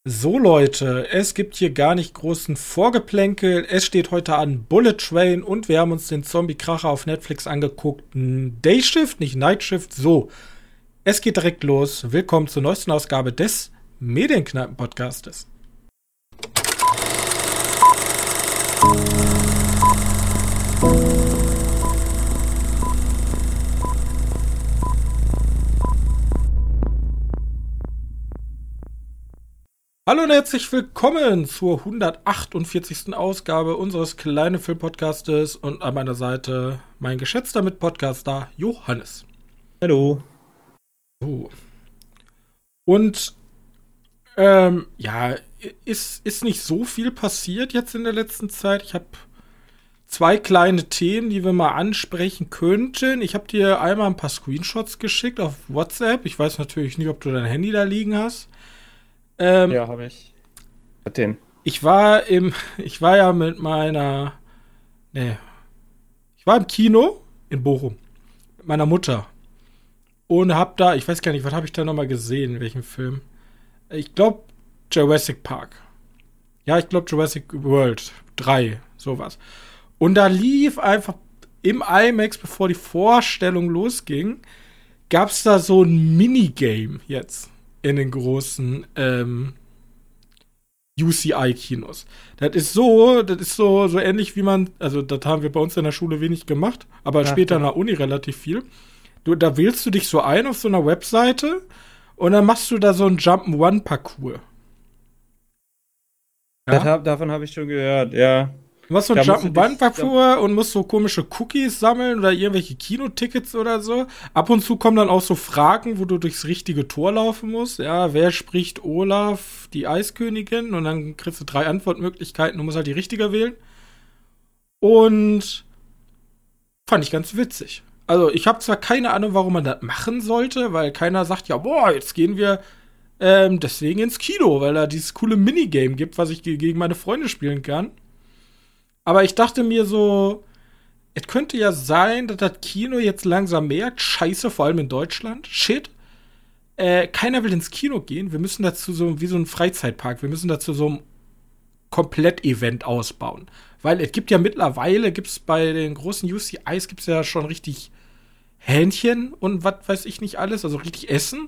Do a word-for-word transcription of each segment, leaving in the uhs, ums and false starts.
So Leute, es gibt hier gar nicht großen Vorgeplänkel. Es steht heute an Bullet Train und wir haben uns den Zombie-Kracher auf Netflix angeguckt. Ein Dayshift, nicht Nightshift. So, es geht direkt los. Willkommen zur neuesten Ausgabe des Medienkneipen-Podcastes. Hallo und herzlich willkommen zur hundertachtundvierzigsten Ausgabe unseres kleinen Filmpodcastes und an meiner Seite mein geschätzter Mitpodcaster Johannes. Hallo. So. Und ähm, ja, ist, ist nicht so viel passiert jetzt in der letzten Zeit. Ich habe zwei kleine Themen, die wir mal ansprechen könnten. Ich habe dir einmal ein paar Screenshots geschickt auf WhatsApp. Ich weiß natürlich nicht, ob du dein Handy da liegen hast. Ähm, Ja, habe ich. Was denn? Ich war im, ich war ja mit meiner, nee, ich war im Kino in Bochum mit meiner Mutter und hab da, ich weiß gar nicht, was habe ich da nochmal gesehen, in welchem Film? Ich glaube Jurassic Park. Ja, ich glaube Jurassic World drei, sowas. Und da lief einfach im IMAX, bevor die Vorstellung losging, gab's da so ein Minigame jetzt in den großen ähm, U C I-Kinos. Das ist so, das ist so, so ähnlich wie man, also das haben wir bei uns in der Schule wenig gemacht, aber Ach, später ja. in der Uni relativ viel. Du, da wählst du dich so ein auf so einer Webseite und dann machst du da so einen Jump'n'Run-Parcours. Das Ja? hab, davon habe ich schon gehört, ja. Du machst so einen Da musst du dich- Jump'n'Run-Parcours und musst so komische Cookies sammeln oder irgendwelche Kinotickets oder so. Ab und zu kommen dann auch so Fragen, wo du durchs richtige Tor laufen musst. Ja, wer spricht Olaf, die Eiskönigin? Und dann kriegst du drei Antwortmöglichkeiten. Du musst halt die richtige wählen. Und fand ich ganz witzig. Also ich habe zwar keine Ahnung, warum man das machen sollte, weil keiner sagt, ja, boah, jetzt gehen wir ähm, deswegen ins Kino, weil da dieses coole Minigame gibt, was ich ge- gegen meine Freunde spielen kann. Aber ich dachte mir so, es könnte ja sein, dass das Kino jetzt langsam merkt, scheiße, vor allem in Deutschland, shit, äh, keiner will ins Kino gehen, wir müssen dazu so, wie so ein Freizeitpark, wir müssen dazu so ein Komplett-Event ausbauen. Weil es gibt ja mittlerweile, gibt's bei den großen U C Is, gibt's ja schon richtig Hähnchen und was weiß ich nicht alles, also richtig Essen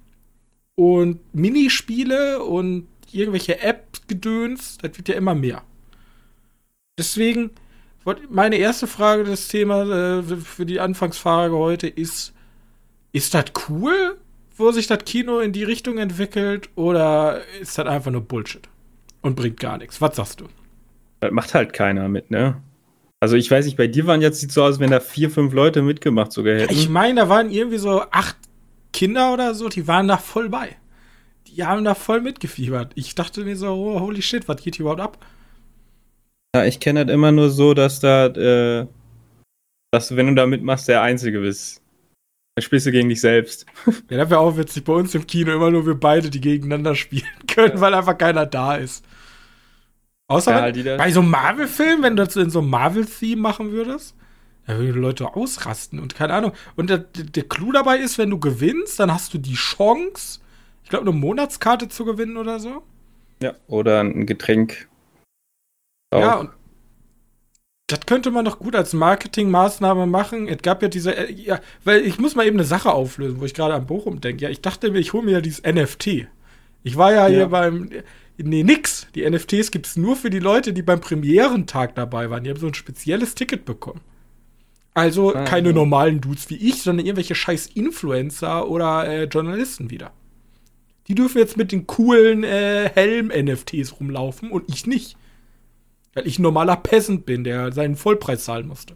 und Minispiele und irgendwelche App-Gedöns, das wird ja immer mehr. Deswegen, meine erste Frage des Themas äh, für die Anfangsfrage heute ist, ist das cool, wo sich das Kino in die Richtung entwickelt, oder ist das einfach nur Bullshit und bringt gar nichts? Was sagst du? Das macht halt keiner mit, ne? Also ich weiß nicht, bei dir waren jetzt sieht so aus, als wenn da vier, fünf Leute mitgemacht sogar hätten. Ich meine, da waren irgendwie so acht Kinder oder so, die waren da voll bei. Die haben da voll mitgefiebert. Ich dachte mir so, oh, holy shit, was geht hier überhaupt ab? Ja, ich kenne das immer nur so, dass da, äh, dass du, wenn du da mitmachst, der Einzige bist. Dann spielst du gegen dich selbst. Ja, das wäre auch witzig. Bei uns im Kino immer nur wir beide, die gegeneinander spielen können, Ja. weil einfach keiner da ist. Außer Ja, wenn- halt die da- bei so einem Marvel-Film, wenn du das in so einem Marvel-Theme machen würdest, da würden die Leute ausrasten und keine Ahnung. Und der, der Clou dabei ist, wenn du gewinnst, dann hast du die Chance, ich glaube, eine Monatskarte zu gewinnen oder so. Ja, oder ein Getränk. Ja, Auch. und das könnte man doch gut als Marketingmaßnahme machen. Es gab ja diese, äh, ja, weil ich muss mal eben eine Sache auflösen, wo ich gerade an Bochum denke. Ja, ich dachte mir, ich hole mir ja dieses N F T. Ich war ja, Ja. hier beim, nee, nix. Die N F Ts gibt es nur für die Leute, die beim Premierentag dabei waren. Die haben so ein spezielles Ticket bekommen. Also Ah, keine ja. normalen Dudes wie ich, sondern irgendwelche scheiß Influencer oder äh, Journalisten wieder. Die dürfen jetzt mit den coolen äh, Helm-N F Ts rumlaufen und ich nicht. Weil ich ein normaler Peasant bin, der seinen Vollpreis zahlen musste.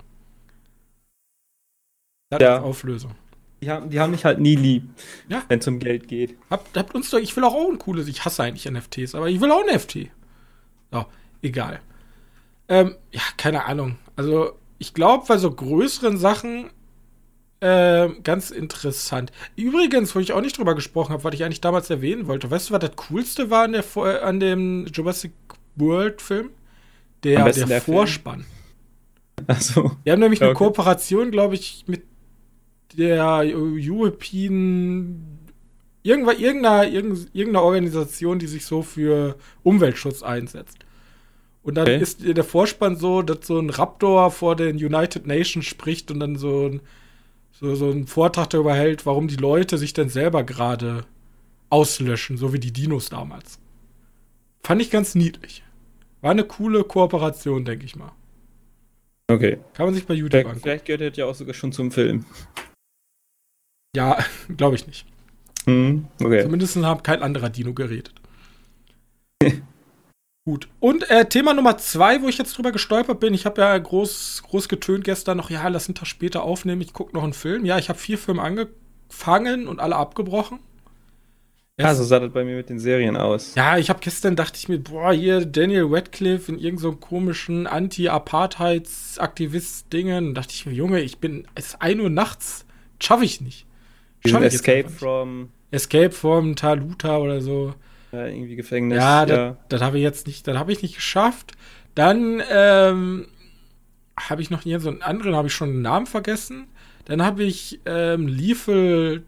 Das Ja. ist Auflösung. Die haben, die haben mich halt nie lieb, Ja. wenn es um Geld geht. Habt, habt uns doch, ich will auch, auch ein cooles, ich hasse eigentlich N F Ts, aber ich will auch ein N F T. So, egal. Ähm, ja, keine Ahnung. Also, ich glaube, bei so größeren Sachen ähm, ganz interessant. Übrigens, wo ich auch nicht drüber gesprochen habe, was ich eigentlich damals erwähnen wollte, weißt du, was das Coolste war an, der, Vor- an dem Jurassic World-Film? Am Der, besten der der Film. Vorspann. Also, Wir haben nämlich eine Okay. Kooperation, glaube ich, mit der European Irgendwann, irgendeiner, irgendeine Organisation, die sich so für Umweltschutz einsetzt. Und dann okay. ist der Vorspann so, dass so ein Raptor vor den United Nations spricht und dann so ein, so, so einen Vortrag darüber hält, warum die Leute sich denn selber gerade auslöschen, so wie die Dinos damals. Fand ich ganz niedlich. War eine coole Kooperation, denke ich mal. Okay. Kann man sich bei YouTube vielleicht, angucken. Vielleicht gehört das ja auch sogar schon zum Film. Ja, glaube ich nicht. Hm, okay. Zumindest haben kein anderer Dino geredet. Gut. Und äh, Thema Nummer zwei, wo ich jetzt drüber gestolpert bin. Ich habe ja groß, groß getönt gestern noch, ja, lass einen Tag später aufnehmen, ich gucke noch einen Film. Ja, ich habe vier Filme angefangen und alle abgebrochen. Ja, so sah das bei mir mit den Serien aus. Ja, ich habe gestern, dachte ich mir, boah, hier Daniel Radcliffe in irgendeinem so komischen Anti-Apartheids-Aktivist-Dingen. Da dachte ich mir, Junge, ich bin, es ist ein Uhr nachts, schaffe ich nicht. Schaff ich Escape from... Escape from Taluta oder so. Ja, irgendwie Gefängnis. Ja, ja. das habe ich jetzt nicht, das habe ich nicht geschafft. Dann ähm, habe ich noch hier so einen anderen, habe ich schon den Namen vergessen. Dann habe ich ähm, Lethal,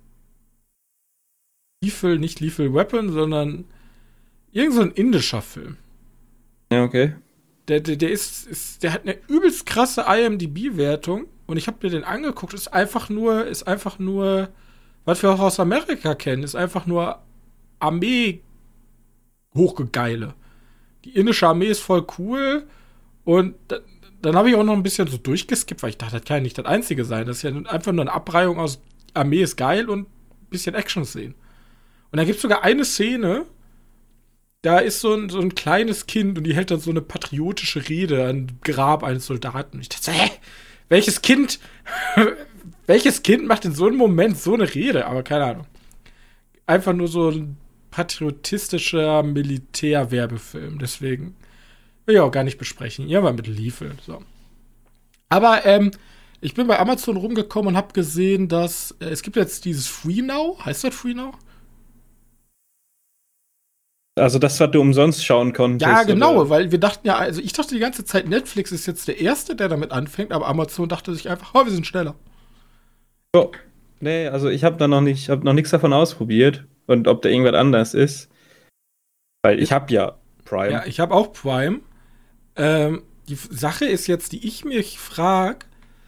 Lethal, nicht Lethal Weapon, sondern irgend so ein indischer Film. Ja, okay. Der, der, der ist, ist, der hat eine übelst krasse I M D B-Wertung und ich habe mir den angeguckt. Ist einfach nur, ist einfach nur, was wir auch aus Amerika kennen, ist einfach nur Armee hochgegeile. Die indische Armee ist voll cool und da, dann habe ich auch noch ein bisschen so durchgeskippt, weil ich dachte, das kann ja nicht das Einzige sein. Das ist ja einfach nur eine Abreihung aus Armee ist geil und ein bisschen Action-Szenen. Und da gibt es sogar eine Szene, da ist so ein, so ein kleines Kind und die hält dann so eine patriotische Rede an Grab eines Soldaten. Und ich dachte so, hä? Welches Kind, welches Kind macht in so einem Moment so eine Rede? Aber keine Ahnung. Einfach nur so ein patriotistischer Militärwerbefilm. Deswegen will ich auch gar nicht besprechen. Ihr war mit Liefel. So. Aber ähm, ich bin bei Amazon rumgekommen und habe gesehen, dass äh, es gibt jetzt dieses Free Now. Heißt das Free Now? Also das, was du umsonst schauen konntest. Ja, genau, oder? weil wir dachten ja, also ich dachte die ganze Zeit, Netflix ist jetzt der Erste, der damit anfängt, aber Amazon dachte sich einfach, oh, wir sind schneller. So. Nee, also ich habe da noch nicht, habe noch nichts davon ausprobiert und ob da irgendwas anders ist. Weil ich habe ja Prime. Ja, ich habe auch Prime. Ähm, die Sache ist jetzt, die ich mich frage,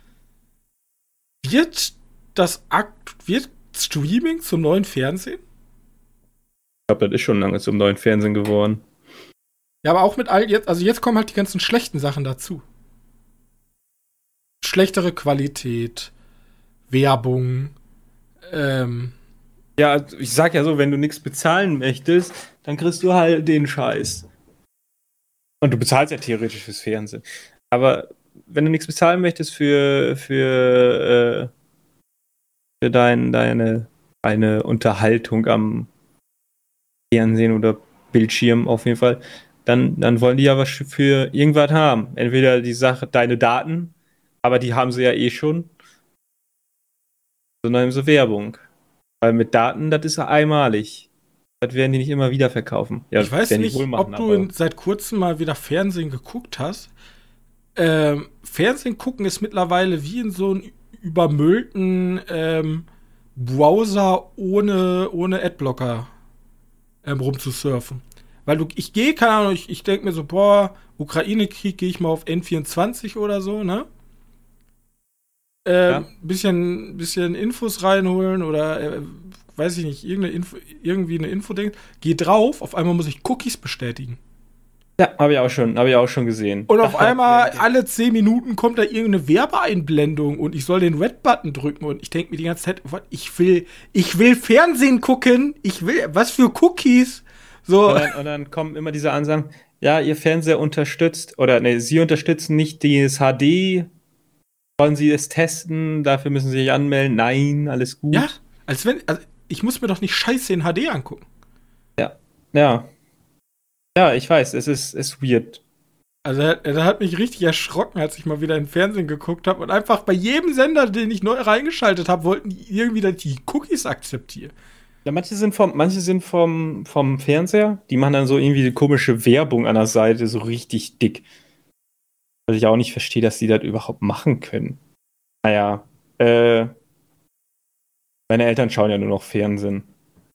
wird das Akt, wird Streaming zum neuen Fernsehen? Ich glaube, das ist schon lange zum neuen Fernsehen geworden. Ja, aber auch mit all jetzt, also jetzt kommen halt die ganzen schlechten Sachen dazu. Schlechtere Qualität, Werbung, ähm. Ja, ich sag ja so, wenn du nichts bezahlen möchtest, dann kriegst du halt den Scheiß. Und du bezahlst ja theoretisch fürs Fernsehen. Aber wenn du nichts bezahlen möchtest für, für, äh, für dein, deine, eine Unterhaltung am Fernsehen oder Bildschirm auf jeden Fall, dann, dann wollen die ja was für irgendwas haben. Entweder die Sache, deine Daten, aber die haben sie ja eh schon, sondern so Werbung. Weil mit Daten, das ist ja einmalig. Das werden die nicht immer wieder verkaufen. Ja, ich weiß nicht, wohl machen, ob du in, seit kurzem mal wieder Fernsehen geguckt hast. Ähm, Fernsehen gucken ist mittlerweile wie in so einem übermüllten ähm, Browser ohne, ohne Adblocker ähm, rumzusurfen. Weil du, ich gehe, keine Ahnung, ich, ich denke mir so, boah, Ukraine-Krieg, gehe ich mal auf N vierundzwanzig oder so, ne? Ähm, ja. bisschen, bisschen Infos reinholen oder äh, weiß ich nicht, irgendeine Info, irgendwie eine Info-Ding. Geh drauf, auf einmal muss ich Cookies bestätigen. Ja, habe ich auch schon, habe ich auch schon gesehen. Und auf Ach, einmal alle zehn Minuten kommt da irgendeine Werbeeinblendung und ich soll den Red-Button drücken und ich denke mir die ganze Zeit, ich will, ich will Fernsehen gucken, ich will, was für Cookies? So. Und dann, und dann kommen immer diese Ansagen, ja, ihr Fernseher unterstützt, oder ne, sie unterstützen nicht das H D, wollen sie es testen, dafür müssen sie sich anmelden, nein, alles gut. Ja, als wenn, also ich muss mir doch nicht Scheiße in H D angucken. Ja, ja. Ja, ich weiß, es ist, ist weird. Also er, er hat mich richtig erschrocken, als ich mal wieder im Fernsehen geguckt habe und einfach bei jedem Sender, den ich neu reingeschaltet habe, wollten die irgendwie dass die Cookies akzeptieren. Ja, manche sind vom, manche sind vom, vom Fernseher, die machen dann so irgendwie eine komische Werbung an der Seite, so richtig dick. Was ich auch nicht verstehe, dass die das überhaupt machen können. Naja, äh, meine Eltern schauen ja nur noch Fernsehen.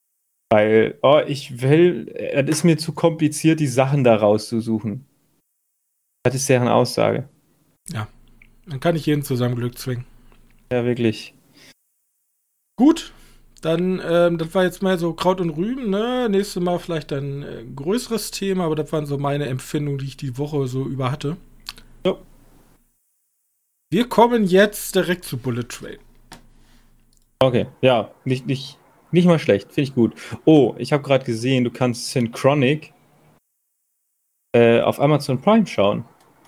Weil, oh, ich will, es ist mir zu kompliziert, die Sachen da rauszusuchen. Das ist deren Aussage. Ja, dann kann ich jeden zu seinem Glück zwingen. Ja, wirklich. Gut, dann, ähm, das war jetzt mal so Kraut und Rüben, ne? Nächstes Mal vielleicht ein äh, größeres Thema, aber das waren so meine Empfindungen, die ich die Woche so über hatte. So. Wir kommen jetzt direkt zu Bullet Train. Okay, ja, nicht, nicht, nicht mal schlecht, finde ich gut. Oh, ich habe gerade gesehen, du kannst Synchronic äh, auf Amazon Prime schauen.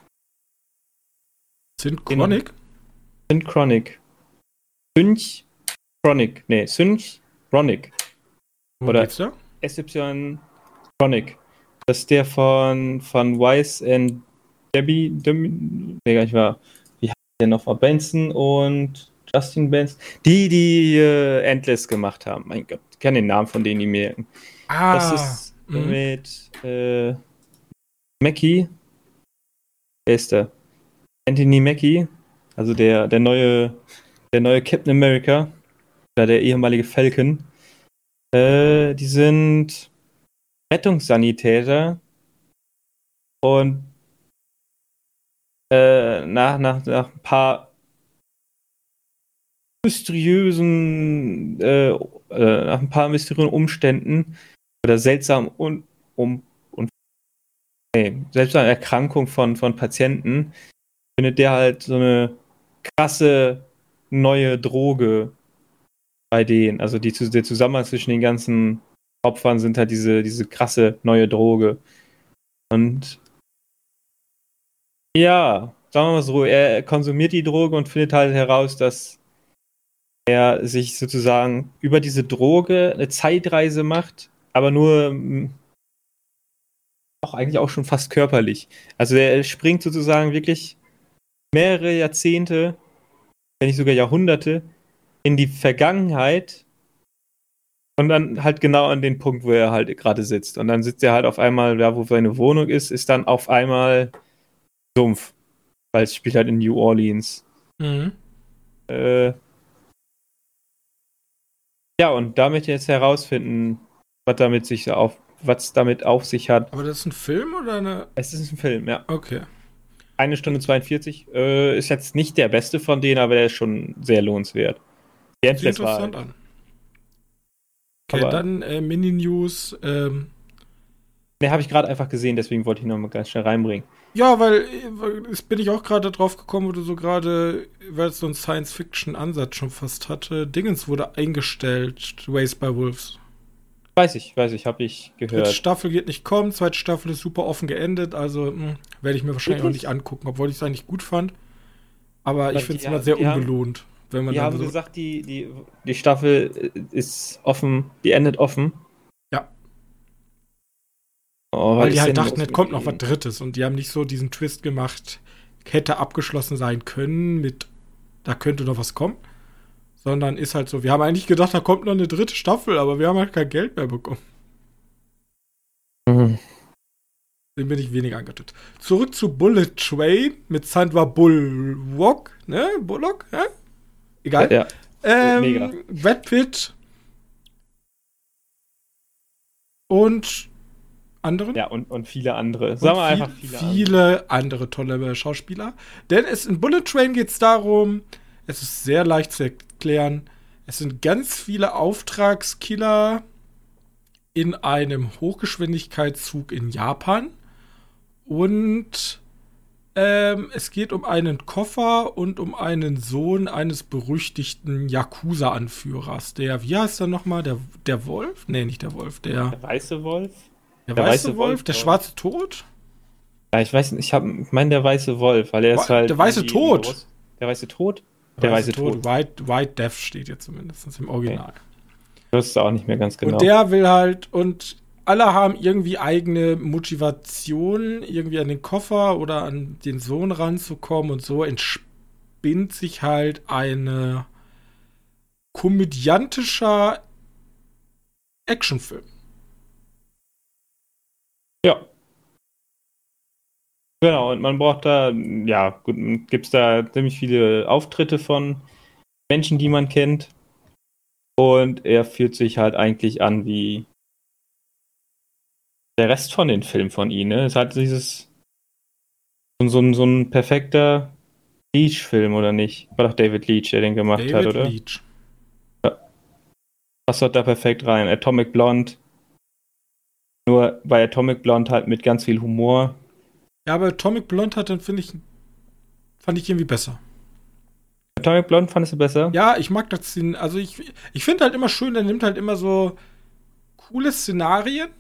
Synchronic? Synchronic. Synchronic. Nee, Synchronic. Worum Oder geht's da? S Y Chronic. Das ist der von, von Wise and Debbie. Debbie nee, gar nicht wahr. Wie heißt der noch? War Benson und Justin Benson. Die, die äh, Endless gemacht haben. Mein Gott, ich kann den Namen von denen nicht merken. Ah. Das ist mhm. mit äh, Mackie. Wer ist der? Anthony Mackie. Also der, der neue, der neue Captain America. Oder der ehemalige Falcon. Äh, die sind Rettungssanitäter und äh, nach, nach, nach ein paar mysteriösen, äh, äh, nach ein paar mysteriösen Umständen oder seltsamen und um, und nee, seltsamen Erkrankung von, von Patienten findet der halt so eine krasse neue Droge bei denen. Also die, der Zusammenhang zwischen den ganzen Opfern sind halt diese, diese krasse neue Droge. Und ja, sagen wir mal so, er konsumiert die Droge und findet halt heraus, dass er sich sozusagen über diese Droge eine Zeitreise macht, aber nur mh, auch eigentlich auch schon fast körperlich. Also er springt sozusagen wirklich mehrere Jahrzehnte, wenn nicht sogar Jahrhunderte, in die Vergangenheit und dann halt genau an den Punkt, wo er halt gerade sitzt. Und dann sitzt er halt auf einmal, da wo seine Wohnung ist, ist dann auf einmal Sumpf. Weil es spielt halt in New Orleans. Mhm. Äh, ja, und da möchte ich jetzt herausfinden, was damit sich auf, was damit auf sich hat. Aber das ist ein Film oder eine. Es ist ein Film, ja. Okay. Eine Stunde zweiundvierzig. Äh, ist jetzt nicht der beste von denen, aber der ist schon sehr lohnenswert. Die Sieht Endless war interessant halt, an. Okay, aber dann äh, Mini-News. Ähm, ne, habe ich gerade einfach gesehen, deswegen wollte ich ihn nochmal ganz schnell reinbringen. ja, weil, weil jetzt bin ich auch gerade drauf gekommen, wo du so gerade, weil es so einen Science-Fiction-Ansatz schon fast hatte. Dingens wurde eingestellt, Raised by Wolves. Weiß ich, weiß ich, habe ich Dritte gehört. Staffel geht nicht kommen, zweite Staffel ist super offen geendet, also mh, werde ich mir wahrscheinlich auch Wirklich? nicht angucken, obwohl ich es eigentlich gut fand. Aber Aber ich finde es die immer ha- sehr die haben- unbelohnt, wenn man Die dann haben so. gesagt, die, die, die Staffel äh, ist offen, die endet offen. Ja. Oh, was Weil ist die halt denn dachten, los es mit kommt noch was denen? Drittes und die haben nicht so diesen Twist gemacht, hätte abgeschlossen sein können mit, da könnte noch was kommen, sondern ist halt so, wir haben eigentlich gedacht, da kommt noch eine dritte Staffel, aber wir haben halt kein Geld mehr bekommen. Mhm. Den bin ich weniger angetippt. Zurück zu Bullet Train mit Sandra Bullock, ne? Bullock, ja? Egal. Ja, Ähm, mega. Brad Pitt und anderen. Ja, und, und viele andere. Und Sagen wir viel, einfach viele, viele andere tolle Schauspieler. Denn es in Bullet Train geht es darum, es ist sehr leicht zu erklären, es sind ganz viele Auftragskiller in einem Hochgeschwindigkeitszug in Japan. Und ähm, es geht um einen Koffer und um einen Sohn eines berüchtigten Yakuza-Anführers. Der, wie heißt er nochmal? Der, der Wolf? Nee, nicht der Wolf. Der, Der weiße Wolf? der, der weiße weiße Wolf? Wolf, Der glaub ich. schwarze Tod? Ja, ich weiß nicht, ich, hab, ich meine der weiße Wolf, weil er ist Wa- halt. der weiße irgendwie Tod. groß. Der weiße Tod? Der weiße Tod. White, White Death steht jetzt zumindest im Original. Das ist auch nicht mehr ganz genau. Und der will halt, und alle haben irgendwie eigene Motivation, irgendwie an den Koffer oder an den Sohn ranzukommen, und so entspinnt sich halt eine komödiantischer Actionfilm. Ja. Genau, und man braucht da, ja, gut, gibt es da ziemlich viele Auftritte von Menschen, die man kennt. Und er fühlt sich halt eigentlich an wie der Rest von den Filmen von ihm. Ne? Es hat dieses so ein, so ein perfekter Leach-Film, oder nicht? War doch David Leach, der den gemacht David hat, oder? Leach. Passt dort da perfekt rein. Atomic Blonde. Nur bei Atomic Blonde halt mit ganz viel Humor. Ja, aber Atomic Blonde hat dann, finde ich, fand ich irgendwie besser. Atomic Blonde fandest du besser? Ja, ich mag das Szen- also ich, ich finde halt immer schön, der nimmt halt immer so coole Szenarien.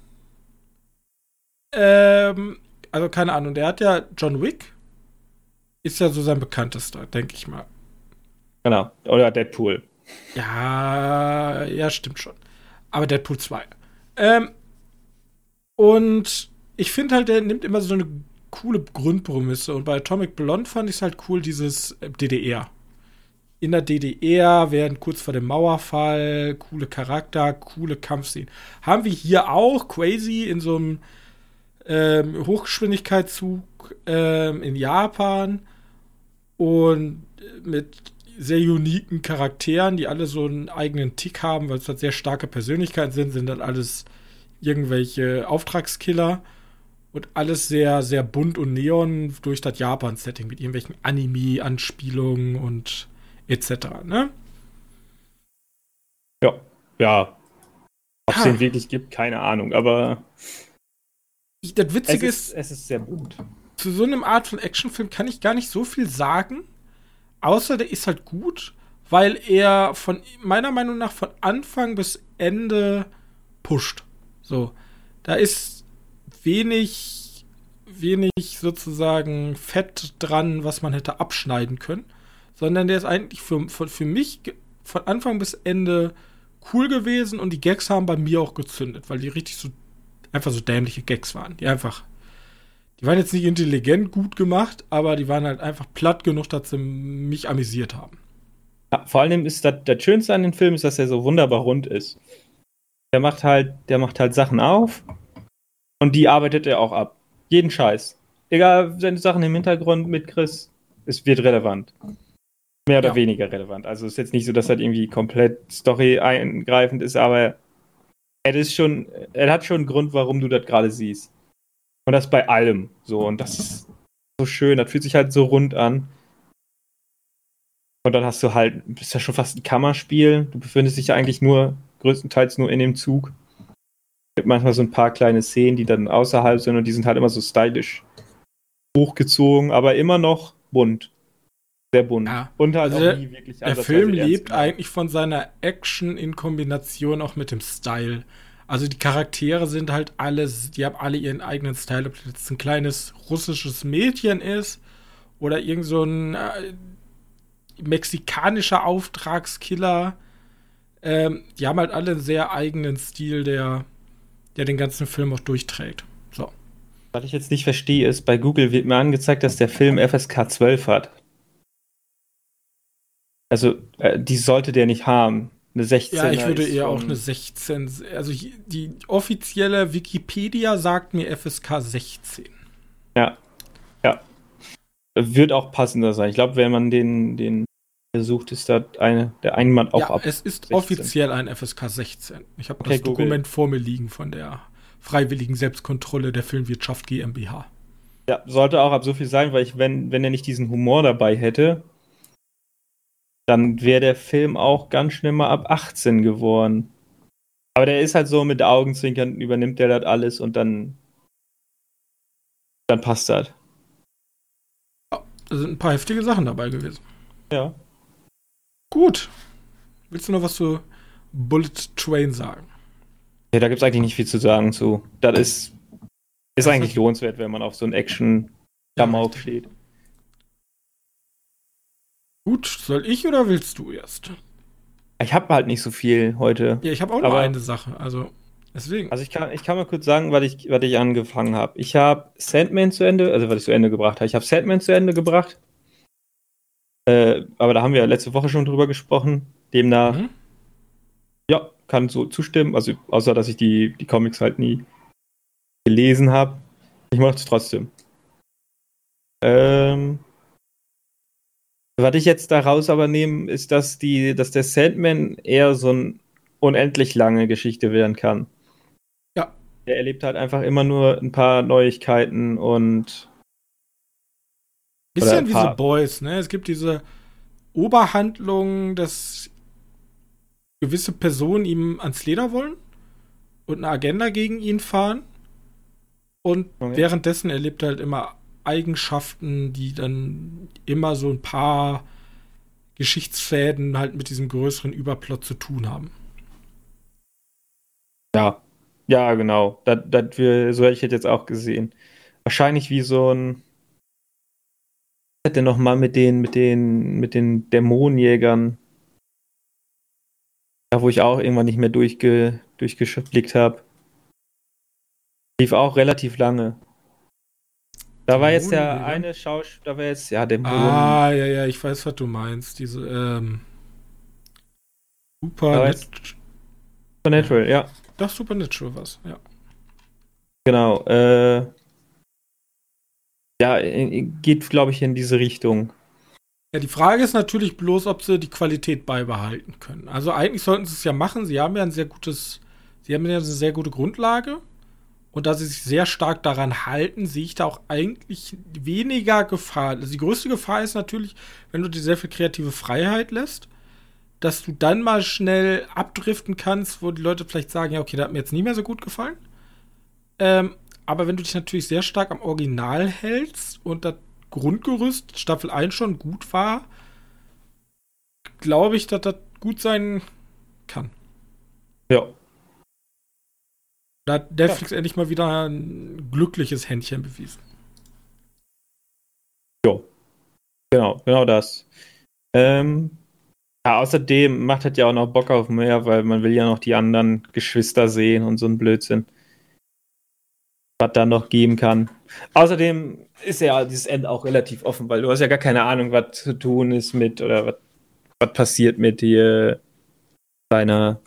Ähm, also keine Ahnung, der hat ja John Wick, ist ja so sein bekanntester, denke ich mal. Genau. Oder Deadpool. Ja, ja, stimmt schon. Aber Deadpool zwei. Ähm, und ich finde halt, der nimmt immer so eine coole Grundprämisse. Und bei Atomic Blonde fand ich es halt cool, dieses äh, D D R. In der D D R, während kurz vor dem Mauerfall, coole Charakter, coole Kampfszenen. Haben wir hier auch crazy in so einem ähm, Hochgeschwindigkeitszug ähm, in Japan und mit sehr uniken Charakteren, die alle so einen eigenen Tick haben, weil es halt sehr starke Persönlichkeiten sind, sind dann alles irgendwelche Auftragskiller und alles sehr, sehr bunt und neon durch das Japan-Setting mit irgendwelchen Anime-Anspielungen und et cetera. Ne? Ja. Ja. Ob es Ja. den wirklich gibt, keine Ahnung. Aber Ich, das es Witzige ist, ist, es ist sehr bunt. zu so einem Art von Actionfilm kann ich gar nicht so viel sagen, außer der ist halt gut, weil er von meiner Meinung nach von Anfang bis Ende pusht. So, da ist wenig, wenig sozusagen Fett dran, was man hätte abschneiden können, sondern der ist eigentlich für, für, für mich ge- von Anfang bis Ende cool gewesen und die Gags haben bei mir auch gezündet, weil die richtig so einfach so dämliche Gags waren, die einfach die waren jetzt nicht intelligent gut gemacht, aber die waren halt einfach platt genug, dass sie mich amüsiert haben. Ja, vor allem ist das, das Schönste an dem Film ist, dass er so wunderbar rund ist. Der macht halt, der macht halt Sachen auf und die arbeitet er auch ab. Jeden Scheiß. Egal, wenn du Sachen im Hintergrund mitkriegst, es wird relevant. Mehr oder Ja. weniger relevant. Also es ist jetzt nicht so, dass das irgendwie komplett Story eingreifend ist, aber er ist schon, er hat schon einen Grund, warum du das gerade siehst. Und das bei allem so. Und das ist so schön. Das fühlt sich halt so rund an. Und dann hast du halt, bist ja schon fast ein Kammerspiel. Du befindest dich ja eigentlich nur, größtenteils nur in dem Zug. Es gibt manchmal so ein paar kleine Szenen, die dann außerhalb sind und die sind halt immer so stylisch hochgezogen, aber immer noch bunt. Sehr bunt. Ja. Und halt Also auch der, nie wirklich der ansatzweise Film ernst lebt gemeint. eigentlich von seiner Action in Kombination auch mit dem Style. Also die Charaktere sind halt alles, die haben alle ihren eigenen Style, ob das jetzt ein kleines russisches Mädchen ist oder irgend so ein äh, mexikanischer Auftragskiller. Ähm, die haben halt alle einen sehr eigenen Stil, der, der den ganzen Film auch durchträgt. So. Was ich jetzt nicht verstehe, ist, bei Google wird mir angezeigt, dass der Film F S K zwölf hat. Also, äh, die sollte der nicht haben. Eine sechzehner Ja, ich würde ist eher schon, auch eine sechzehn. Also hier- die offizielle Wikipedia sagt mir F S K sechzehn. Ja, ja. Wird auch passender sein. Ich glaube, wenn man den, den sucht, ist da eine, der Einwand auch Ja, ab. es ist sechzehn. offiziell ein F S K sechzehn. Ich habe Okay, das Google. Dokument vor mir liegen von der Freiwilligen Selbstkontrolle der Filmwirtschaft GmbH. Ja, sollte auch ab so viel sein, weil ich, wenn, wenn er nicht diesen Humor dabei hätte, dann wäre der Film auch ganz schnell mal ab achtzehn geworden. Aber der ist halt so mit Augenzwinkern, übernimmt der das alles und dann, dann passt das. Da sind ein paar heftige Sachen dabei gewesen. Ja. Gut. Willst du noch was zu Bullet Train sagen? Ja, da gibt es eigentlich nicht viel zu sagen zu. Das ist, ist Das eigentlich ist- lohnenswert, wenn man auf so einen action Ja, Klamauk richtig. steht. Gut, soll ich oder willst du erst? Ich habe halt nicht so viel heute. Ja, ich habe auch nur Aber- eine Sache. Also, deswegen. Also ich kann, ich kann mal kurz sagen, was ich, was ich angefangen habe. Ich habe Sandman zu Ende, also was ich zu Ende gebracht habe. Ich habe Sandman zu Ende gebracht. Äh, aber da haben wir ja letzte Woche schon drüber gesprochen. Demnach, Mhm. ja, kann so zustimmen. Also außer, dass ich die, die Comics halt nie gelesen habe. Ich mache es trotzdem. Ähm, was ich jetzt daraus aber nehme, ist, dass die, dass der Sandman eher so ein unendlich lange Geschichte werden kann. Ja. Er erlebt halt einfach immer nur ein paar Neuigkeiten und Bisschen wie The Boys, ne? Es gibt diese Oberhandlung, dass gewisse Personen ihm ans Leder wollen und eine Agenda gegen ihn fahren. Und okay. währenddessen erlebt er halt immer Eigenschaften, die dann immer so ein paar Geschichtsfäden halt mit diesem größeren Überplot zu tun haben. Ja, ja, genau. Das, das wir, so hätte ich jetzt auch gesehen. Wahrscheinlich wie so ein was hat der nochmal mit den, mit den, mit den Dämonenjägern? Da, wo ich auch irgendwann nicht mehr durchge, durchgeblickt habe. Lief auch relativ lange. Da war jetzt der eine Schauspieler, da war jetzt, ja, Dämonen. Ah, ja, ja, ich weiß, was du meinst. Diese, ähm. Supernatural. Supernatural, ja. Doch, Supernatural was, ja. Genau, äh. Ja, geht, glaube ich, in diese Richtung. Ja, die Frage ist natürlich bloß, ob sie die Qualität beibehalten können. Also eigentlich sollten sie es ja machen. Sie haben ja ein sehr gutes, sie haben ja eine sehr gute Grundlage. Und da sie sich sehr stark daran halten, sehe ich da auch eigentlich weniger Gefahr. Also die größte Gefahr ist natürlich, wenn du dir sehr viel kreative Freiheit lässt, dass du dann mal schnell abdriften kannst, wo die Leute vielleicht sagen, ja, okay, das hat mir jetzt nie mehr so gut gefallen. Ähm, aber wenn du dich natürlich sehr stark am Original hältst und das Grundgerüst Staffel eins schon gut war, glaube ich, dass das gut sein kann. Ja. Da hat Netflix ja. endlich mal wieder ein glückliches Händchen bewiesen. Jo. Genau, genau das. Ähm, ja, außerdem macht das ja auch noch Bock auf mehr, weil man will ja noch die anderen Geschwister sehen und so ein Blödsinn. Was da noch geben kann. Außerdem ist ja dieses Ende auch relativ offen, weil du hast ja gar keine Ahnung, was zu tun ist mit oder was, was passiert mit dir, deiner,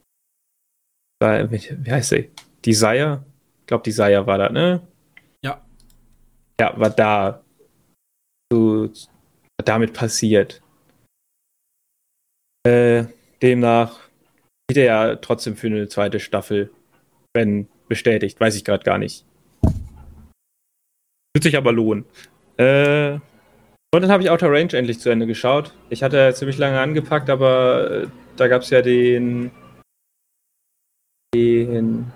wie heißt sie? Desire? Ich glaube, Desire war das, ne? Ja. Ja, was da so, was damit passiert. Äh, demnach geht er ja trotzdem für eine zweite Staffel, wenn bestätigt, weiß ich gerade gar nicht. Wird sich aber lohnen. Äh, und dann habe ich Outer Range endlich zu Ende geschaut. Ich hatte ziemlich lange angepackt, aber äh, da gab es ja den den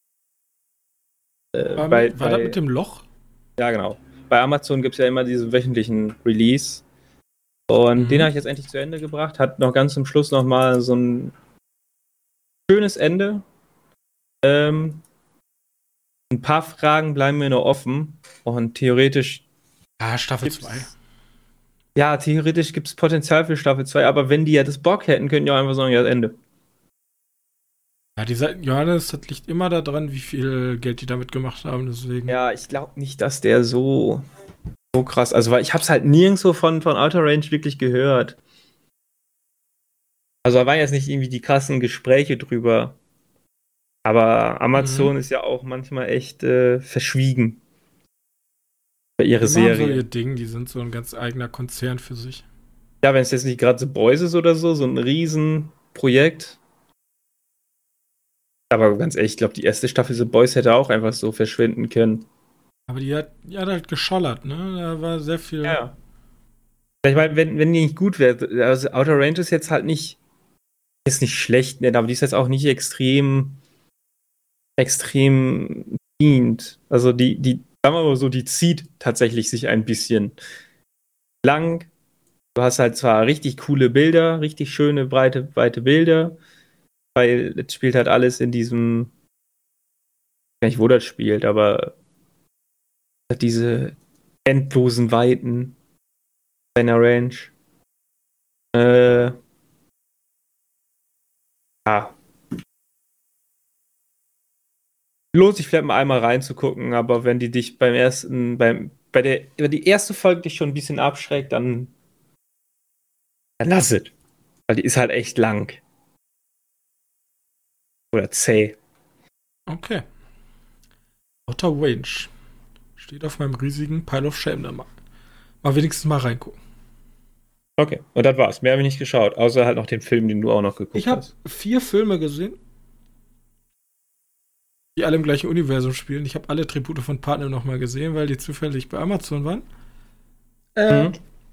äh, war, bei, mit, war bei, das mit dem Loch? Ja, genau. Bei Amazon gibt es ja immer diesen wöchentlichen Release. Und mhm. den habe ich jetzt endlich zu Ende gebracht. Hat noch ganz zum Schluss nochmal so ein schönes Ende. Ähm, ein paar Fragen bleiben mir noch offen. Und theoretisch. Ah, Staffel zwei. Ja, theoretisch gibt es Potenzial für Staffel zwei, aber wenn die ja das Bock hätten, könnten die auch einfach sagen, ja, das Ende. Ja, die Seiten Johannes, das liegt immer daran, wie viel Geld die damit gemacht haben, deswegen. Ja, ich glaube nicht, dass der so, so krass, also weil ich hab's halt nirgendwo von, von Outer Range wirklich gehört. Also da waren jetzt nicht irgendwie die krassen Gespräche drüber. Aber Amazon mhm. ist ja auch manchmal echt äh, verschwiegen. Bei ihre Serie. Die machen so ihr Ding, die sind so ein ganz eigener Konzern für sich. Ja, wenn es jetzt nicht gerade The Boys ist oder so, so ein Riesenprojekt. Aber ganz ehrlich, ich glaube, die erste Staffel The Boys hätte auch einfach so verschwinden können. Aber die hat, die hat halt geschallert, ne? Da war sehr viel. Ja. Ich meine, wenn, wenn die nicht gut wäre, also Outer Range ist jetzt halt nicht, ist nicht schlecht, ne, aber die ist jetzt auch nicht extrem, extrem dient. Also die, die, sagen wir mal so, die zieht tatsächlich sich ein bisschen lang. Du hast halt zwar richtig coole Bilder, richtig schöne, breite, breite Bilder, weil es spielt halt alles in diesem, ich weiß nicht, wo das spielt, aber hat diese endlosen Weiten seiner Range. Äh, ja. Lohnt sich vielleicht mal einmal reinzugucken, aber wenn die dich beim ersten, beim, bei der, über die erste Folge dich schon ein bisschen abschreckt, dann, dann lass es. Weil die ist halt echt lang. Oder zäh. Okay. Outer Range. Steht auf meinem riesigen Pile of Shame da mal. Mal wenigstens mal reingucken. Okay, und das war's. Mehr habe ich nicht geschaut, außer halt noch den Film, den du auch noch geguckt Ich habe hast. vier Filme gesehen, die alle im gleichen Universum spielen. Ich habe alle Tribute von Panem nochmal gesehen, weil die zufällig bei Amazon waren. Ähm, Mhm.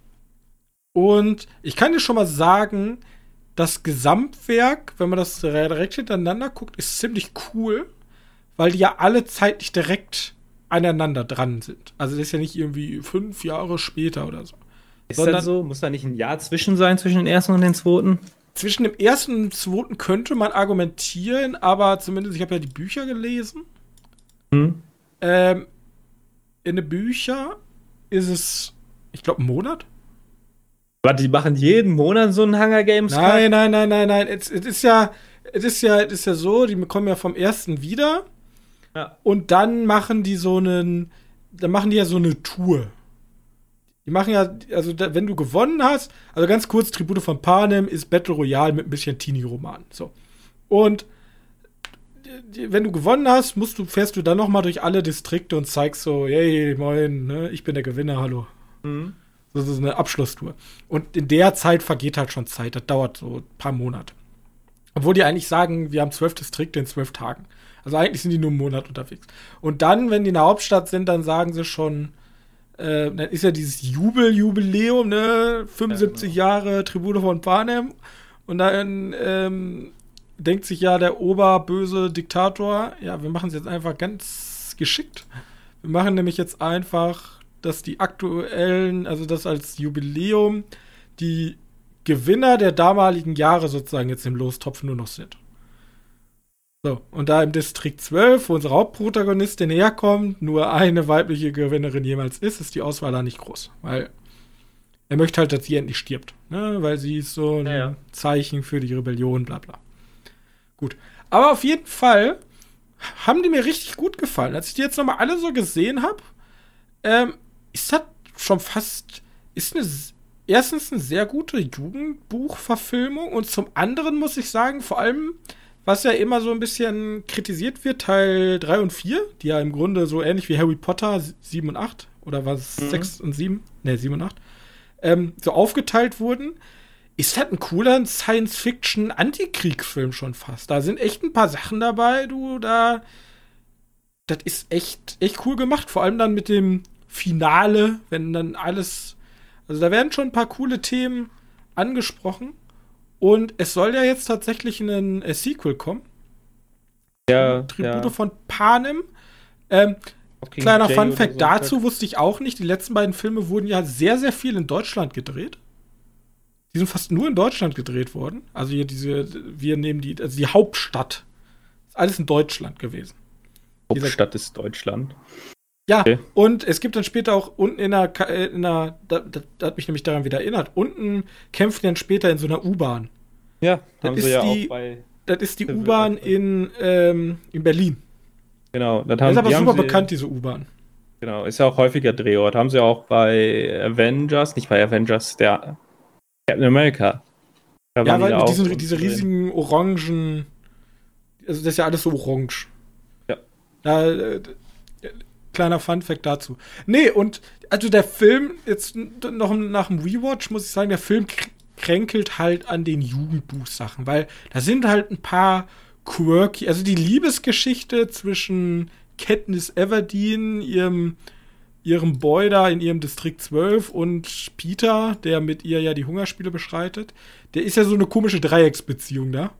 und ich kann dir schon mal sagen, das Gesamtwerk, wenn man das direkt hintereinander guckt, ist ziemlich cool, weil die ja alle zeitlich direkt aneinander dran sind. Also das ist ja nicht irgendwie fünf Jahre später oder so. Ist Sondern das so? Muss da nicht ein Jahr zwischen sein, zwischen den ersten und den zweiten? zwischen dem ersten und dem zweiten könnte man argumentieren, aber zumindest, ich habe ja die Bücher gelesen. Hm? Ähm, in den Büchern ist es, ich glaube, ein Monat. Warte, die machen jeden Monat so einen Hunger Games Nein, nein, nein, nein, nein. Es, es ist ja, es ist ja, es ist ja so, die kommen ja vom ersten wieder Ja. und dann machen die so einen, dann machen die ja so eine Tour. Die machen ja, also da, wenn du gewonnen hast, also ganz kurz, Tribute von Panem ist Battle Royale mit ein bisschen Teenie-Roman. So. Und die, wenn du gewonnen hast, musst du, fährst du dann noch mal durch alle Distrikte und zeigst so, hey, moin, ne, ich bin der Gewinner, hallo. Mhm. Das ist eine Abschlusstour. Und in der Zeit vergeht halt schon Zeit. Das dauert so ein paar Monate. Obwohl die eigentlich sagen, wir haben zwölf Distrikte in zwölf Tagen. Also eigentlich sind die nur einen Monat unterwegs. Und dann, wenn die in der Hauptstadt sind, dann sagen sie schon, äh, dann ist ja dieses Jubel-Jubiläum, ne? fünfundsiebzig Ja, Jahre Tribute von Panem. Und dann ähm, denkt sich ja der oberböse Diktator, ja, wir machen es jetzt einfach ganz geschickt. Wir machen nämlich jetzt einfach, dass die aktuellen, also das als Jubiläum, die Gewinner der damaligen Jahre sozusagen jetzt im Lostopf nur noch sind. So, und da im Distrikt zwölf, wo unsere Hauptprotagonistin herkommt, nur eine weibliche Gewinnerin jemals ist, ist die Auswahl da nicht groß. Weil er möchte halt, dass sie endlich stirbt. Ne? Weil sie ist so ein Ja, ja. Zeichen für die Rebellion, bla bla. Gut. Aber auf jeden Fall haben die mir richtig gut gefallen. Als ich die jetzt nochmal alle so gesehen habe, ähm, ist das schon fast, ist eine, erstens eine sehr gute Jugendbuchverfilmung und zum anderen muss ich sagen, vor allem, was ja immer so ein bisschen kritisiert wird, Teil drei und vier, die ja im Grunde so ähnlich wie Harry Potter sieben und acht oder was, Mhm. sechs und sieben, ne, sieben und acht, ähm, so aufgeteilt wurden, ist halt ein cooler Science-Fiction-Antikriegsfilm schon fast. Da sind echt ein paar Sachen dabei, du, da, das ist echt, echt cool gemacht. Vor allem dann mit dem Finale, wenn dann alles, also da werden schon ein paar coole Themen angesprochen. Und es soll ja jetzt tatsächlich ein äh, Sequel kommen. Ja, Tribute ja. von Panem. Ähm, Fucking kleiner Jay Fun oder Fact so. dazu, wusste ich auch nicht. Die letzten beiden Filme wurden ja sehr, sehr viel in Deutschland gedreht. Die sind fast nur in Deutschland gedreht worden. Also hier diese, wir nehmen die, also die Hauptstadt. Ist alles in Deutschland gewesen. Hauptstadt ist Deutschland. Ja, Okay. und es gibt dann später auch unten in einer, Ka- äh, in einer da, da, da hat mich nämlich daran wieder erinnert, unten kämpfen die dann später in so einer U-Bahn. Ja, Das haben ist sie ja die- auch bei. Das ist die Das wird U-Bahn einfach- in, ähm, in Berlin. Genau, das Das haben, ist aber die haben super sie, bekannt, diese U-Bahn. Genau, ist ja auch häufiger Drehort. Haben sie auch bei Avengers, nicht bei Avengers, der Captain America. Da Ja, waren die weil da mit auch diesen, diese drin. riesigen orangen, also das ist ja alles so orange. Ja. Da, äh, kleiner Funfact dazu. Nee, und also der Film, jetzt noch nach dem Rewatch, muss ich sagen, der Film kr- kränkelt halt an den Jugendbuchsachen, weil da sind halt ein paar quirky, also die Liebesgeschichte zwischen Katniss Everdeen, ihrem, ihrem Boy da in ihrem Distrikt zwölf und Peter, der mit ihr ja die Hungerspiele beschreitet, der ist ja so eine komische Dreiecksbeziehung da.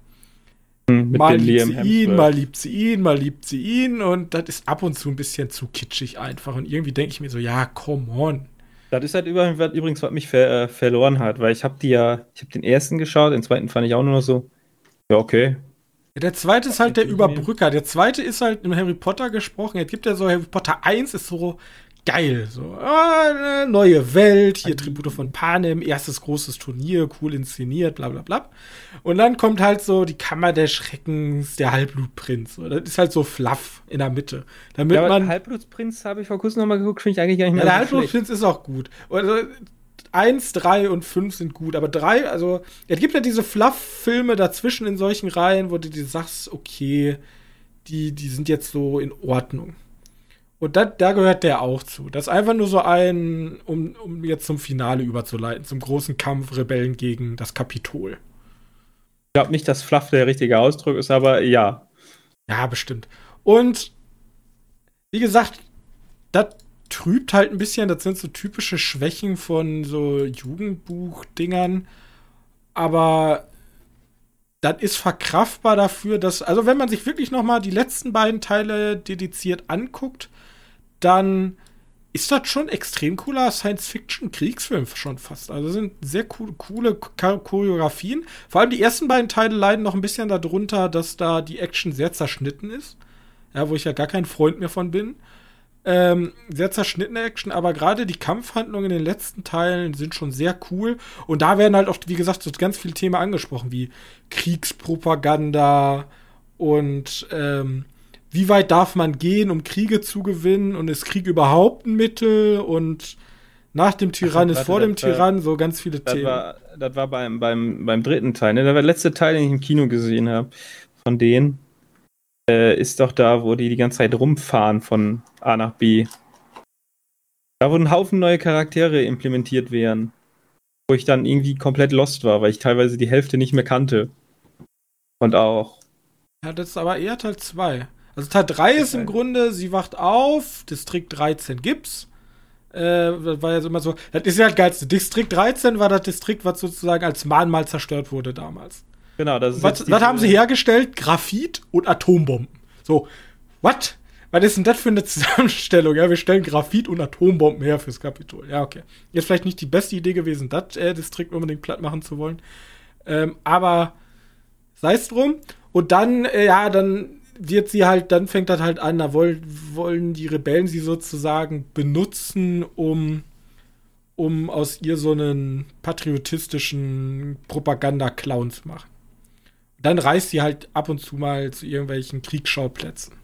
Mit Mal den liebt Liam sie ihn, Hemsworth. mal liebt sie ihn, mal liebt sie ihn und das ist ab und zu ein bisschen zu kitschig einfach und irgendwie denke ich mir so, ja, come on. Das ist halt über- was- übrigens, was mich ver äh, verloren hat, weil ich habe die ja, ich habe den ersten geschaut, den zweiten fand ich auch nur noch so, ja, okay. Ja, der zweite ist halt der Nicht mehr. Überbrücker. Der zweite ist halt im Harry Potter gesprochen. Es gibt ja so, Harry Potter eins ist so geil. So, ah, eine neue Welt, hier Tribute von Panem, erstes großes Turnier, cool inszeniert, bla bla bla. Und dann kommt halt so die Kammer der Schreckens, der Halbblutprinz. So, das ist halt so fluff in der Mitte. Damit Ja, aber man. Halbblutsprinz habe ich vor kurzem nochmal geguckt, finde ich eigentlich gar nicht Ja, mehr der so schlecht. Halbblutprinz ist auch gut. Also, eins, drei und fünf sind gut, aber drei, also, es gibt ja diese Fluff-Filme dazwischen in solchen Reihen, wo du dir sagst, okay, die, die sind jetzt so in Ordnung. Und da, da gehört der auch zu. Das ist einfach nur so ein, um, um jetzt zum Finale überzuleiten, zum großen Kampf Rebellen gegen das Kapitol. Ich glaube nicht, dass Fluff der richtige Ausdruck ist, aber ja. Ja, bestimmt. Und wie gesagt, das trübt halt ein bisschen. Das sind so typische Schwächen von so Jugendbuch-Dingern. Aber das ist verkraftbar dafür, dass, also wenn man sich wirklich noch mal die letzten beiden Teile dediziert anguckt, dann ist das schon extrem cooler Science-Fiction-Kriegsfilm schon fast. Also sind sehr cool, coole Choreografien. Vor allem die ersten beiden Teile leiden noch ein bisschen darunter, dass da die Action sehr zerschnitten ist. Ja, wo ich ja gar kein Freund mehr von bin. Ähm, sehr zerschnittene Action, aber gerade die Kampfhandlungen in den letzten Teilen sind schon sehr cool. Und da werden halt auch, wie gesagt, so ganz viele Themen angesprochen, wie Kriegspropaganda und ähm, wie weit darf man gehen, um Kriege zu gewinnen, und ist Krieg überhaupt ein Mittel, und nach dem Tyrann Ach, ist warte, vor dem das war- Tyrann, so ganz viele Das Themen. war, das war beim, beim, beim dritten Teil, ne? Das war der letzte Teil, den ich im Kino gesehen habe. Von denen äh, ist doch da, wo die die ganze Zeit rumfahren von A nach B. Da wurden ein Haufen neue Charaktere implementiert werden. Wo ich dann irgendwie komplett lost war, weil ich teilweise die Hälfte nicht mehr kannte. Und auch. Ja, das ist aber eher Teil zwei. Also Teil drei ist im Okay. Grunde, sie wacht auf, Distrikt dreizehn gibt's. Äh, das war ja so immer so, das ist ja das Geilste. Distrikt dreizehn war das Distrikt, was sozusagen als Mahnmal zerstört wurde damals. Genau, das ist Was, jetzt was haben sie diese- hergestellt? Graphit und Atombomben. So, what? Was ist denn das für eine Zusammenstellung? Ja, wir stellen Graphit und Atombomben her fürs Kapitol. Ja, okay. Jetzt vielleicht nicht die beste Idee gewesen, das äh, Distrikt unbedingt platt machen zu wollen. Ähm, aber sei es drum. Und dann, äh, ja, dann wird sie halt, dann fängt das halt an, da wollen, wollen die Rebellen sie sozusagen benutzen, um, um aus ihr so einen patriotistischen Propaganda-Clown zu machen. Dann reist sie halt ab und zu mal zu irgendwelchen Kriegsschauplätzen.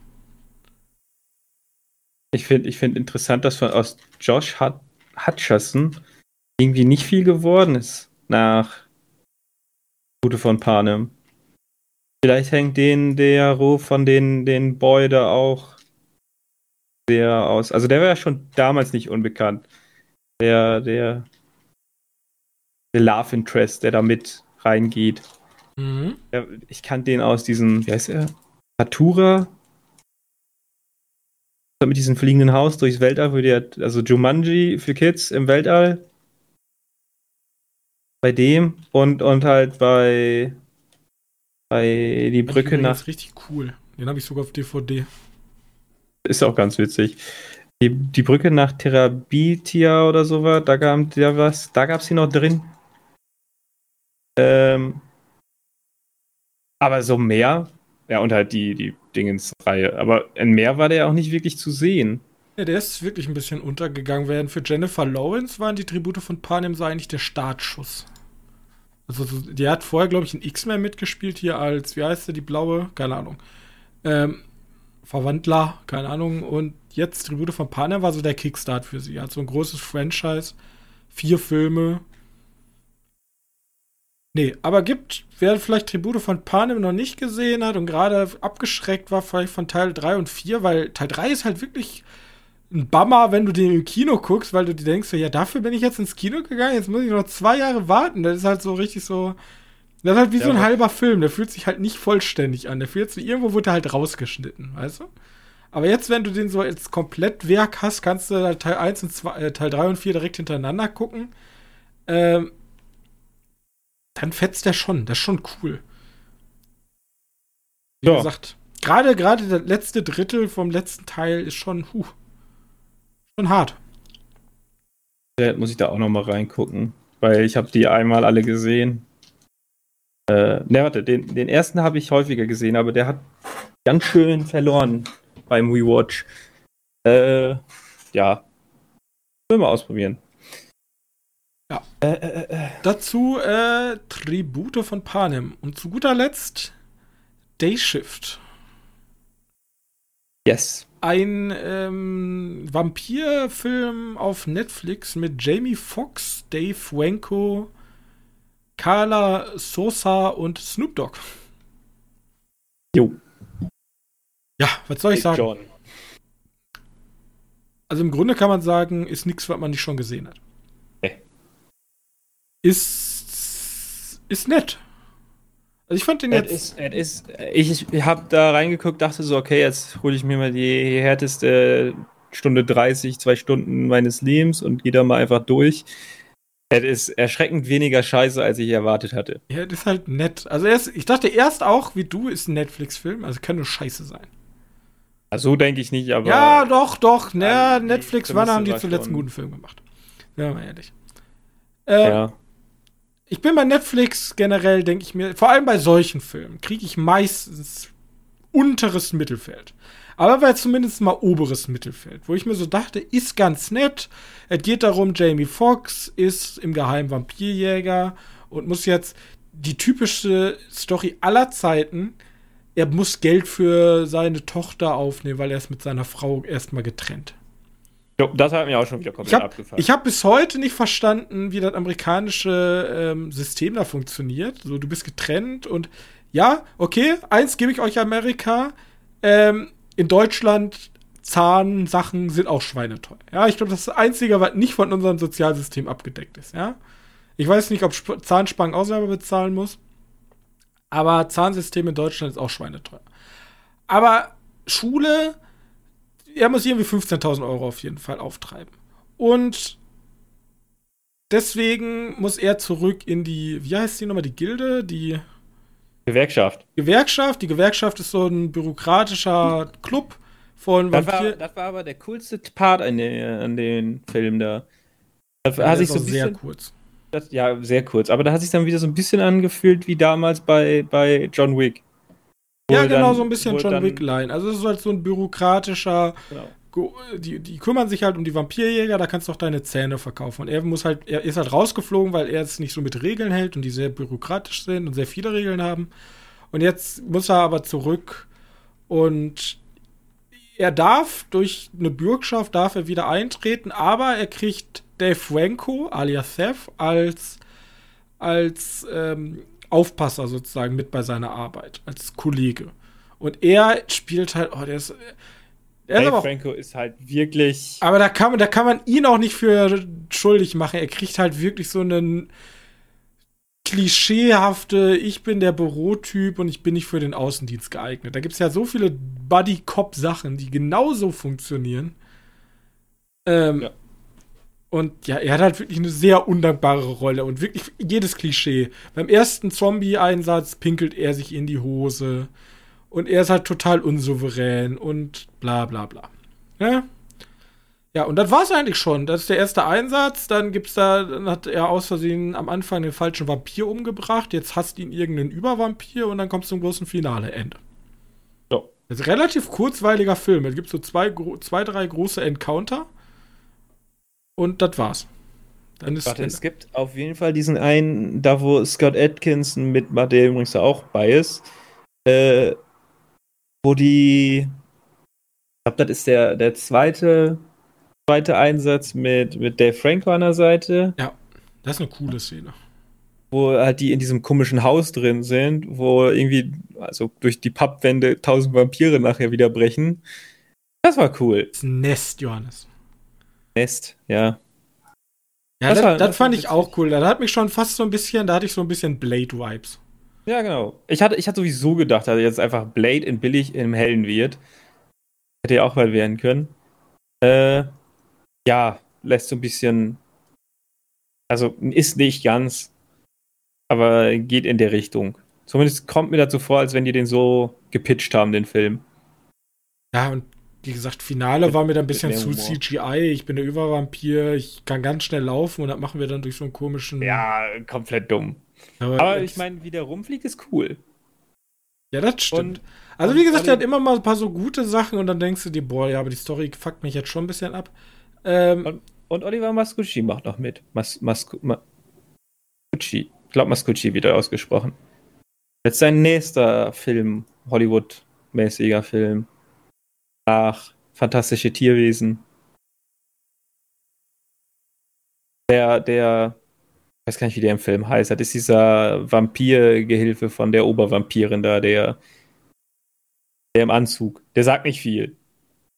Ich finde ich find interessant, dass von aus Josh Hut- Hutcherson irgendwie nicht viel geworden ist nach Gute von Panem. Vielleicht hängt den der Ruf von den, den Boy da auch sehr aus. Also der war ja schon damals nicht unbekannt. Der, der, der Love Interest, der da mit reingeht. Mhm. Ja, ich kannte den aus diesem, wie heißt er? Natura? Mit diesem fliegenden Haus durchs Weltall, wo der, also Jumanji für Kids im Weltall. Bei dem und, und halt bei, bei die Brücke Das nach. ist richtig cool. Den habe ich sogar auf D V D. Ist auch ganz witzig. Die, die Brücke nach Terabithia oder sowas, da gab ja was, da gab es sie noch drin. Ähm, aber so mehr, ja, und halt die, die Dingens-Reihe. Aber in mehr war der auch nicht wirklich zu sehen. Ja, der ist wirklich ein bisschen untergegangen. Während für Jennifer Lawrence waren die Tribute von Panem so eigentlich der Startschuss. Also, so, die hat vorher, glaube ich, in X-Men mitgespielt, hier als, wie heißt der, die blaue? Keine Ahnung. Ähm, Verwandler, keine Ahnung. Und jetzt Tribute von Panem war so der Kickstart für sie. Hat so ein großes Franchise. Vier Filme. Nee, aber gibt, wer vielleicht Tribute von Panem noch nicht gesehen hat und gerade abgeschreckt war, vielleicht von Teil drei und vier, weil Teil drei ist halt wirklich ein Bummer, wenn du den im Kino guckst, weil du dir denkst, so, ja, dafür bin ich jetzt ins Kino gegangen, jetzt muss ich noch zwei Jahre warten. Das ist halt so richtig so, das ist halt wie Ja, so ein aber- halber Film, der fühlt sich halt nicht vollständig an. Der fühlt sich, irgendwo wurde er halt rausgeschnitten, weißt du? Aber jetzt, wenn du den so als Komplettwerk hast, kannst du halt Teil eins und zwei, äh, Teil drei und vier direkt hintereinander gucken. Ähm, dann fetzt der schon. Das ist schon cool. Wie Ja. gesagt, gerade gerade das letzte Drittel vom letzten Teil ist schon, huh, schon hart. Da muss ich da auch noch mal reingucken, weil ich habe die einmal alle gesehen. Äh, ne, warte, den, den ersten habe ich häufiger gesehen, aber der hat ganz schön verloren beim Rewatch. Äh, ja. Will mal ausprobieren. Ja. Äh, äh, äh. Dazu äh, Tribute von Panem. Und zu guter Letzt Dayshift. Yes. Ein ähm, Vampirfilm auf Netflix mit Jamie Foxx, Dave Franco, Carla Sosa und Snoop Dogg. Jo. Ja, was soll ich sagen? John. Also im Grunde kann man sagen, ist nichts, was man nicht schon gesehen hat. Okay. Ist, ist nett. Also ich fand den Es jetzt. ist, es ist, ich ich habe da reingeguckt, dachte so, okay, jetzt hole ich mir mal die härteste Stunde dreißig, zwei Stunden meines Lebens und gehe da mal einfach durch. Es ist erschreckend weniger scheiße, als ich erwartet hatte. Ja, das ist halt nett. Also erst, ich dachte erst auch, wie du, ist ein Netflix-Film, also kann nur scheiße sein. Also so denke ich nicht, aber. Ja, doch, doch. Na, Ähm, Netflix, die wann haben die Prämisse war zuletzt einen schon- guten Film gemacht? Sagen wir mal ehrlich. Äh, Ja. Ich bin bei Netflix generell, denke ich mir, vor allem bei solchen Filmen, kriege ich meistens unteres Mittelfeld. Aber war zumindest mal oberes Mittelfeld, wo ich mir so dachte, ist ganz nett. Es geht darum, Jamie Foxx ist im Geheimen Vampirjäger und muss jetzt die typische Story aller Zeiten. Er muss Geld für seine Tochter aufnehmen, weil er ist mit seiner Frau erstmal getrennt. Jo, das hat mir auch schon wieder Ich komplett habe abgefallen. hab bis heute nicht verstanden, wie das amerikanische ähm, System da funktioniert. So, du bist getrennt und ja, okay, eins gebe ich euch Amerika. Ähm, in Deutschland Zahnsachen sind auch schweineteuer. Ja, ich glaube, das ist das Einzige, was nicht von unserem Sozialsystem abgedeckt ist. Ja, ich weiß nicht, ob Sp- Zahnspangen auch selber bezahlen muss, aber Zahnsystem in Deutschland ist auch schweineteuer. Aber Schule, er muss irgendwie fünfzehntausend Euro auf jeden Fall auftreiben. Und deswegen muss er zurück in die, wie heißt die nochmal, die Gilde, die Gewerkschaft. Gewerkschaft. Die Gewerkschaft ist so ein bürokratischer Club von Das war, Vampir. das war aber der coolste Part an den, an den Film da. Da Ja, hat der sich ist so auch ein sehr bisschen, kurz. das, ja, sehr kurz, aber da hat sich dann wieder so ein bisschen angefühlt wie damals bei, bei John Wick. Wo Ja, genau, dann- so ein bisschen wo John dann- Wick-Line. Also es ist halt so ein bürokratischer, Genau. Go- die, die kümmern sich halt um die Vampirjäger, da kannst du auch deine Zähne verkaufen. Und er muss halt, er ist halt rausgeflogen, weil er es nicht so mit Regeln hält und die sehr bürokratisch sind und sehr viele Regeln haben. Und jetzt muss er aber zurück und er darf durch eine Bürgschaft darf er wieder eintreten, aber er kriegt Dave Franco, alias Seth, als, als ähm, Aufpasser sozusagen mit bei seiner Arbeit, als Kollege. Und er spielt halt, oh, der ist. Er ist Dave aber, auch, Franco ist halt wirklich. aber da kann, man, da kann man ihn auch nicht für schuldig machen. Er kriegt halt wirklich so einen klischeehafte, ich bin der Bürotyp und ich bin nicht für den Außendienst geeignet. Da gibt es ja so viele Buddy-Cop-Sachen, die genauso funktionieren. Ähm, Ja. Und ja, er hat halt wirklich eine sehr undankbare Rolle und wirklich jedes Klischee. Beim ersten Zombie-Einsatz pinkelt er sich in die Hose und er ist halt total unsouverän und bla bla bla. Ja? Ja, und das war's eigentlich schon. Das ist der erste Einsatz. Dann gibt's da, dann hat er aus Versehen am Anfang den falschen Vampir umgebracht. Jetzt hasst ihn irgendein Übervampir und dann kommt zum großen Finale. Ende. So. Das ist ein relativ kurzweiliger Film. Es gibt so zwei, gro- zwei drei große Encounter. Und das war's. Dann ist Warte, Ende. es gibt auf jeden Fall diesen einen, da wo Scott Adkinson mit, der übrigens auch bei ist, äh, wo die, ich glaube, das ist der, der zweite, zweite Einsatz mit, mit Dave Franco an der Seite, Das ist eine coole Szene. wo halt die in diesem komischen Haus drin sind, wo irgendwie, also durch die Pappwände tausend Vampire nachher wieder brechen. Das war cool. Das ist ein Nest, Johannes. Nest, ja. Ja, Das das, war- das, das fand war ich witzig. auch cool. Da hat mich schon fast so ein bisschen, da hatte ich so ein bisschen Blade-Vibes. Ja, genau. Ich hatte, ich hatte sowieso gedacht, dass jetzt einfach Blade in billig im Hellen wird. Hätte ja auch mal werden können. Äh, ja, lässt so ein bisschen. Also ist nicht ganz, aber geht in der Richtung. Zumindest kommt mir dazu vor, als wenn die den so gepitcht haben, den Film. Ja, und wie gesagt, Finale war mir dann ein bisschen Mit mehr zu Humor. C G I. Ich bin der Übervampir, ich kann ganz schnell laufen und das machen wir dann durch so einen komischen. Ja, komplett dumm. aber, Aber jetzt- ich meine, wie der rumfliegt, ist cool. Ja, das stimmt. Und, also, und wie gesagt, der hat Olli- immer mal ein paar so gute Sachen und dann denkst du dir, boah, ja, aber die Story fuckt mich jetzt schon ein bisschen ab. Ähm, Und- und Oliver Mascucci macht noch mit. Mas, Mascu, Ma, Mascucci. Ich glaube, Mascucci wird er ausgesprochen. Jetzt sein nächster Film, Hollywood-mäßiger Film. Nach Fantastische Tierwesen. Der, der, ich weiß gar nicht, wie der im Film heißt. Das ist dieser Vampir-Gehilfe von der Obervampirin da, der, der im Anzug. Der sagt nicht viel.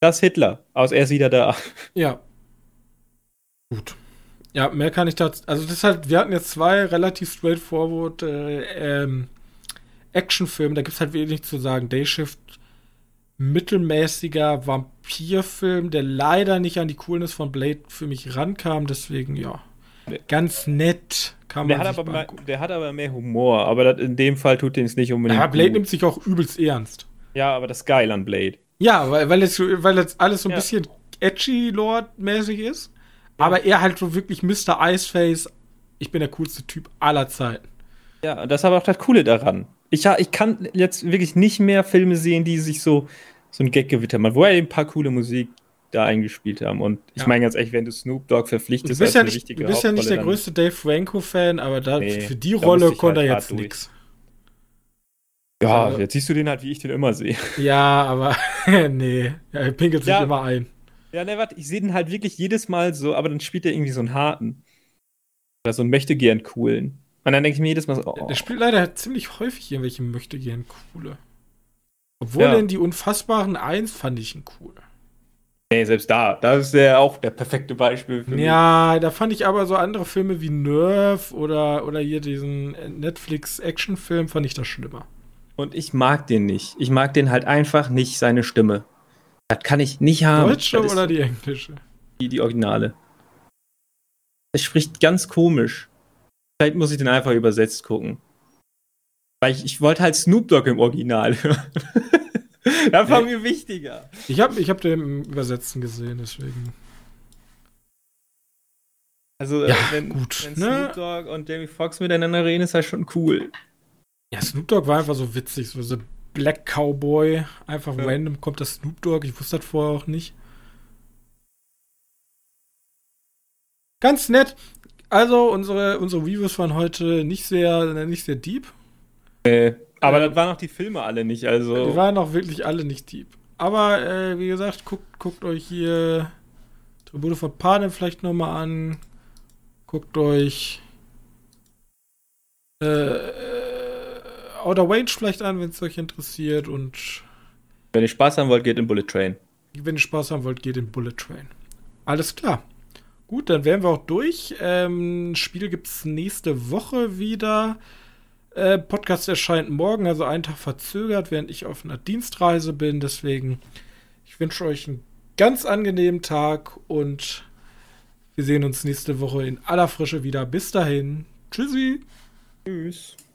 Das ist Hitler. Aus Er ist wieder da. Ja. Gut. Ja, mehr kann ich dazu. Also, das ist halt, wir hatten jetzt zwei relativ straightforward äh, ähm, Actionfilme. Da gibt es halt wenig zu sagen. Dayshift, mittelmäßiger Vampirfilm, der leider nicht an die Coolness von Blade für mich rankam. Deswegen, ja. Ganz nett kann Der man hat, sich aber mal mehr, angucken. der hat aber mehr Humor. Aber das, in dem Fall tut den es nicht unbedingt Ja, Blade gut. nimmt sich auch übelst ernst. Ja, aber das ist geil an Blade. Ja, weil, weil, es, weil jetzt alles so ein Ja. bisschen edgy-Lord-mäßig ist. Aber er halt so wirklich Mister Iceface. Ich bin der coolste Typ aller Zeiten. Ja, und das ist aber auch das Coole daran. Ich, ha- ich kann jetzt wirklich nicht mehr Filme sehen, die sich so, so ein Gag-Gewitter machen, wo er eben ein paar coole Musik da eingespielt haben. Und ich Ja. meine ganz ehrlich, wenn du Snoop Dogg Du verpflichtest bist, ja eine nicht, wichtige du bist ja nicht der Hauptrolle, größte Dave Franco-Fan, aber da, Nee, für die da Rolle musste ich konnte halt er hart jetzt durch. nix. dann, ja, Also- jetzt siehst du den halt, wie ich den immer sehe. Ja, aber nee, ja, er pinkelt sich Ja. immer ein. Ja, ne, warte, ich sehe den halt wirklich jedes Mal so, aber dann spielt er irgendwie so einen harten. Oder so einen möchtegern coolen. Und dann denke ich mir jedes Mal so, oh. Der spielt leider ziemlich häufig irgendwelche möchte gern coole. Obwohl Ja. in die Unfassbaren eins fand ich ihn cool. Nee, selbst da, da ist der auch der perfekte Beispiel für mich. Ja, da fand ich aber so andere Filme wie Nerve oder, oder hier diesen Netflix-Action-Film fand ich das schlimmer. Und ich mag den nicht. Ich mag den halt einfach nicht, seine Stimme. Das kann ich nicht haben. Deutsche Das ist oder die englische? die, die Originale. Er spricht ganz komisch. Vielleicht muss ich den einfach übersetzt gucken. Weil ich, ich wollte halt Snoop Dogg im Original hören. Das war Nee. mir wichtiger. Ich habe ich hab den im Übersetzen gesehen, deswegen. Also, Ja, äh, wenn, gut, wenn ne? Snoop Dogg und Jamie Foxx miteinander reden, ist halt schon cool. Ja, Snoop Dogg war einfach so witzig, so so Black Cowboy. Einfach Ja. random kommt das Snoop Dogg. Ich wusste das vorher auch nicht. Ganz nett. Also, unsere, unsere Reviews waren heute nicht sehr, nicht sehr deep. Aber Äh, das waren auch die Filme alle nicht, also. Die waren auch wirklich alle nicht deep. Aber, äh, wie gesagt, guckt, guckt euch hier Tribute von Panem vielleicht nochmal an. Guckt euch äh, Outer Range vielleicht an, wenn es euch interessiert. Und Wenn ihr Spaß haben wollt, geht in Bullet Train. wenn ihr Spaß haben wollt, geht in Bullet Train. Alles klar. Gut, dann wären wir auch durch. Ähm, Spiel gibt es nächste Woche wieder. Äh, Podcast erscheint morgen, also einen Tag verzögert, während ich auf einer Dienstreise bin. Deswegen, ich wünsche euch einen ganz angenehmen Tag und wir sehen uns nächste Woche in aller Frische wieder. Bis dahin. Tschüssi. Tschüss.